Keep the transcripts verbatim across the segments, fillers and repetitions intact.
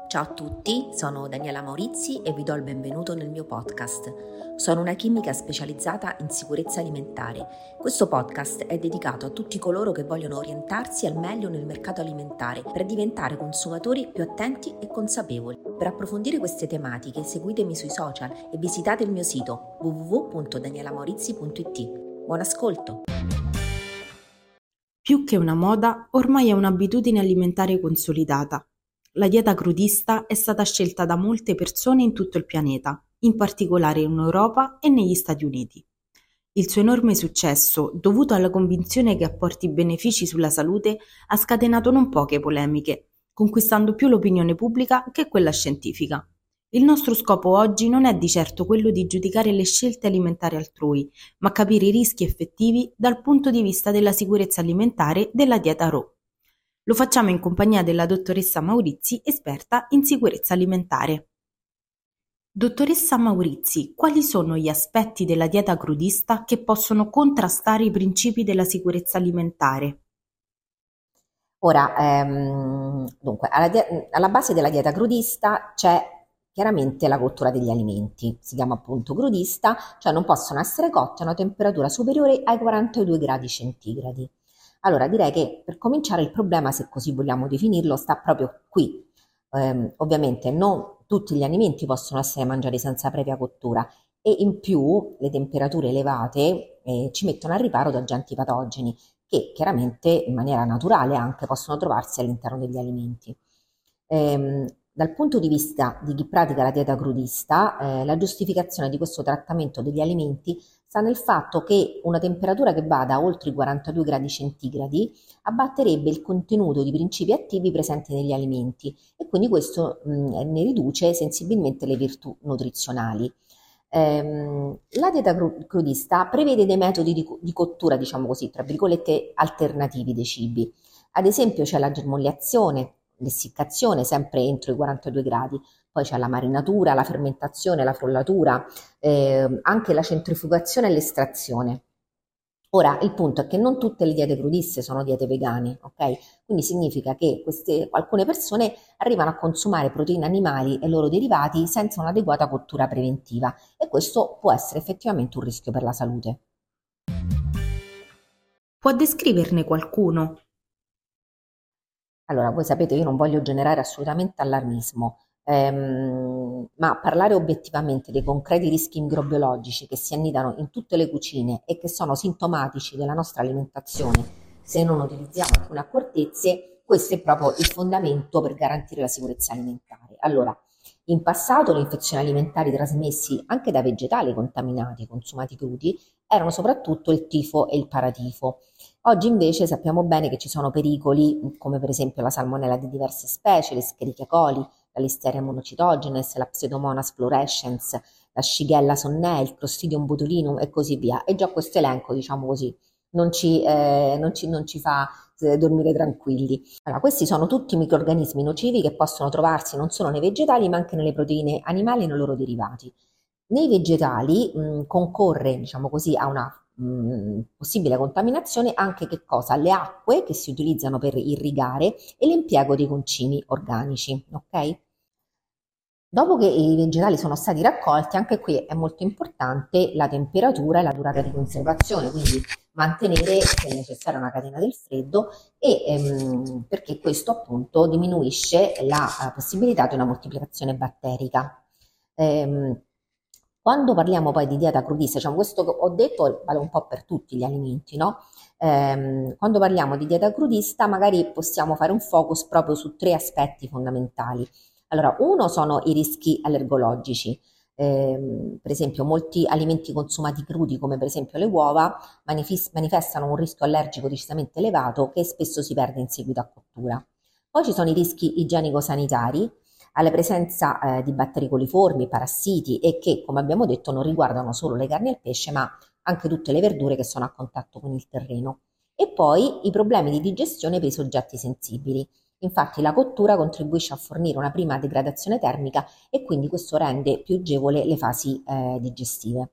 Ciao a tutti, sono Daniela Maurizi e vi do il benvenuto nel mio podcast. Sono una chimica specializzata in sicurezza alimentare. Questo podcast è dedicato a tutti coloro che vogliono orientarsi al meglio nel mercato alimentare per diventare consumatori più attenti e consapevoli. Per approfondire queste tematiche seguitemi sui social e visitate il mio sito w w w punto daniela maurizzi punto i t. Buon ascolto! Più che una moda, ormai è un'abitudine alimentare consolidata. La dieta crudista è stata scelta da molte persone in tutto il pianeta, in particolare in Europa e negli Stati Uniti. Il suo enorme successo, dovuto alla convinzione che apporti benefici sulla salute, ha scatenato non poche polemiche, conquistando più l'opinione pubblica che quella scientifica. Il nostro scopo oggi non è di certo quello di giudicare le scelte alimentari altrui, ma capire i rischi effettivi dal punto di vista della sicurezza alimentare della dieta raw. Lo facciamo in compagnia della dottoressa Maurizi, esperta in sicurezza alimentare. Dottoressa Maurizi, quali sono gli aspetti della dieta crudista che possono contrastare i principi della sicurezza alimentare? Ora, ehm, dunque, alla, die- alla base della dieta crudista c'è chiaramente la cottura degli alimenti. Si chiama appunto crudista, cioè non possono essere cotti a una temperatura superiore ai quarantadue gradi centigradi. Allora, direi che per cominciare il problema, se così vogliamo definirlo, sta proprio qui. Ehm, ovviamente non tutti gli alimenti possono essere mangiati senza previa cottura e in più le temperature elevate eh, ci mettono al riparo da agenti patogeni che chiaramente in maniera naturale anche possono trovarsi all'interno degli alimenti. Ehm, dal punto di vista di chi pratica la dieta crudista, eh, la giustificazione di questo trattamento degli alimenti sta nel fatto che una temperatura che vada oltre i quarantadue gradi centigradi abbatterebbe il contenuto di principi attivi presenti negli alimenti e quindi questo mh, ne riduce sensibilmente le virtù nutrizionali. Ehm, la dieta cru- crudista prevede dei metodi di, co- di cottura, diciamo così, tra virgolette, alternativi dei cibi. Ad esempio c'è la germogliazione, l'essiccazione sempre entro i quarantadue gradi, poi c'è la marinatura, la fermentazione, la frullatura, eh, anche la centrifugazione e l'estrazione. Ora, il punto è che non tutte le diete crudiste sono diete vegane, ok? Quindi significa che queste, alcune persone arrivano a consumare proteine animali e i loro derivati senza un'adeguata cottura preventiva e questo può essere effettivamente un rischio per la salute. Può descriverne qualcuno? Allora, voi sapete, io non voglio generare assolutamente allarmismo, ehm, ma parlare obiettivamente dei concreti rischi microbiologici che si annidano in tutte le cucine e che sono sintomatici della nostra alimentazione se non utilizziamo alcune accortezze, questo è proprio il fondamento per garantire la sicurezza alimentare. Allora, in passato le infezioni alimentari trasmessi anche da vegetali contaminati, consumati crudi, erano soprattutto il tifo e il paratifo. Oggi invece sappiamo bene che ci sono pericoli come per esempio la salmonella di diverse specie, l'Escherichia coli, la Listeria monocitogenes, la Pseudomonas fluorescens, la Shigella sonnei, il Clostridium botulinum e così via. E già questo elenco, diciamo così, non ci, eh, non ci, non ci fa eh, dormire tranquilli. Allora, questi sono tutti microrganismi nocivi che possono trovarsi non solo nei vegetali ma anche nelle proteine animali e nei loro derivati. Nei vegetali mh, concorre, diciamo così, a una mh, possibile contaminazione anche che cosa? Le acque che si utilizzano per irrigare e l'impiego dei concimi organici, ok? Dopo che i vegetali sono stati raccolti, anche qui è molto importante la temperatura e la durata di conservazione, quindi mantenere, se necessario, una catena del freddo e ehm, perché questo appunto diminuisce la eh, possibilità di una moltiplicazione batterica. Ehm, Quando parliamo poi di dieta crudista, diciamo questo che ho detto vale un po' per tutti gli alimenti, no? Ehm, quando parliamo di dieta crudista magari possiamo fare un focus proprio su tre aspetti fondamentali. Allora, uno sono i rischi allergologici. Ehm, per esempio, molti alimenti consumati crudi, come per esempio le uova, manifis- manifestano un rischio allergico decisamente elevato che spesso si perde in seguito a cottura. Poi ci sono i rischi igienico-sanitari, alla presenza eh, di batteri coliformi, parassiti e che, come abbiamo detto, non riguardano solo le carni e il pesce, ma anche tutte le verdure che sono a contatto con il terreno. E poi i problemi di digestione per i soggetti sensibili. Infatti la cottura contribuisce a fornire una prima degradazione termica e quindi questo rende più agevole le fasi eh, digestive.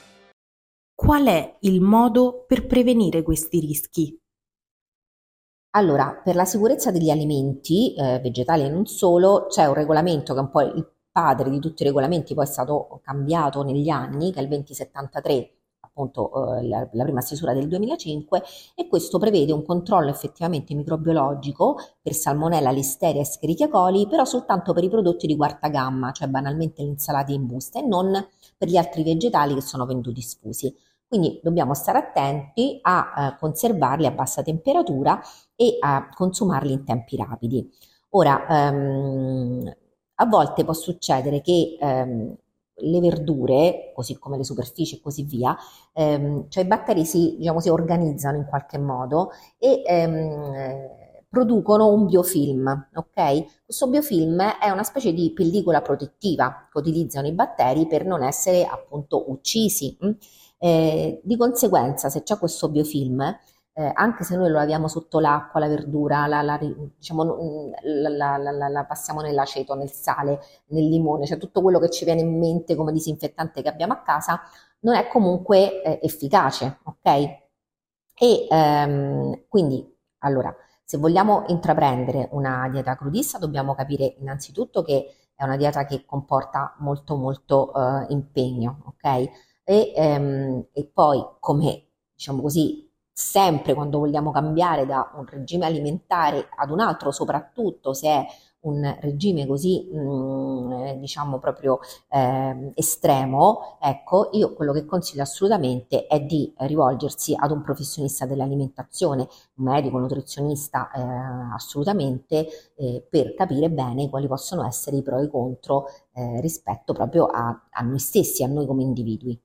Qual è il modo per prevenire questi rischi? Allora, per la sicurezza degli alimenti, eh, vegetali e non solo, c'è un regolamento che è un po' il padre di tutti i regolamenti, poi è stato cambiato negli anni, che è il duemilasettantatré, appunto eh, la, la prima stesura del duemilacinque, e questo prevede un controllo effettivamente microbiologico per Salmonella, Listeria e Escherichia coli, però soltanto per i prodotti di quarta gamma, cioè banalmente le insalate in busta, e non per gli altri vegetali che sono venduti sfusi. Quindi dobbiamo stare attenti a eh, conservarli a bassa temperatura e a consumarli in tempi rapidi. Ora, ehm, a volte può succedere che ehm, le verdure, così come le superfici e così via, ehm, cioè i batteri si, diciamo, si organizzano in qualche modo e ehm, producono un biofilm, ok? Questo biofilm è una specie di pellicola protettiva che utilizzano i batteri per non essere appunto uccisi. Mh? Eh, di conseguenza, se c'è questo biofilm, eh, anche se noi lo laviamo sotto l'acqua, la verdura, la, la, diciamo, la, la, la, la passiamo nell'aceto, nel sale, nel limone, cioè tutto quello che ci viene in mente come disinfettante che abbiamo a casa, non è comunque eh, efficace, ok? E ehm, quindi, allora, se vogliamo intraprendere una dieta crudista, dobbiamo capire innanzitutto che è una dieta che comporta molto, molto eh, impegno, ok? E, ehm, e poi, come diciamo così, sempre quando vogliamo cambiare da un regime alimentare ad un altro, soprattutto se è un regime così, mh, eh, diciamo proprio eh, estremo, ecco, io quello che consiglio assolutamente è di rivolgersi ad un professionista dell'alimentazione, un medico, un nutrizionista, eh, assolutamente, eh, per capire bene quali possono essere i pro e i contro eh, rispetto proprio a, a noi stessi, a noi come individui.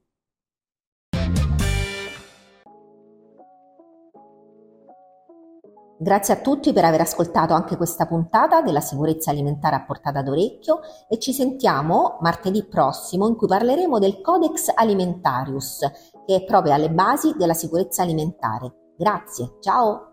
Grazie a tutti per aver ascoltato anche questa puntata della sicurezza alimentare a portata d'orecchio e ci sentiamo martedì prossimo in cui parleremo del Codex Alimentarius, che è proprio alle basi della sicurezza alimentare. Grazie, ciao!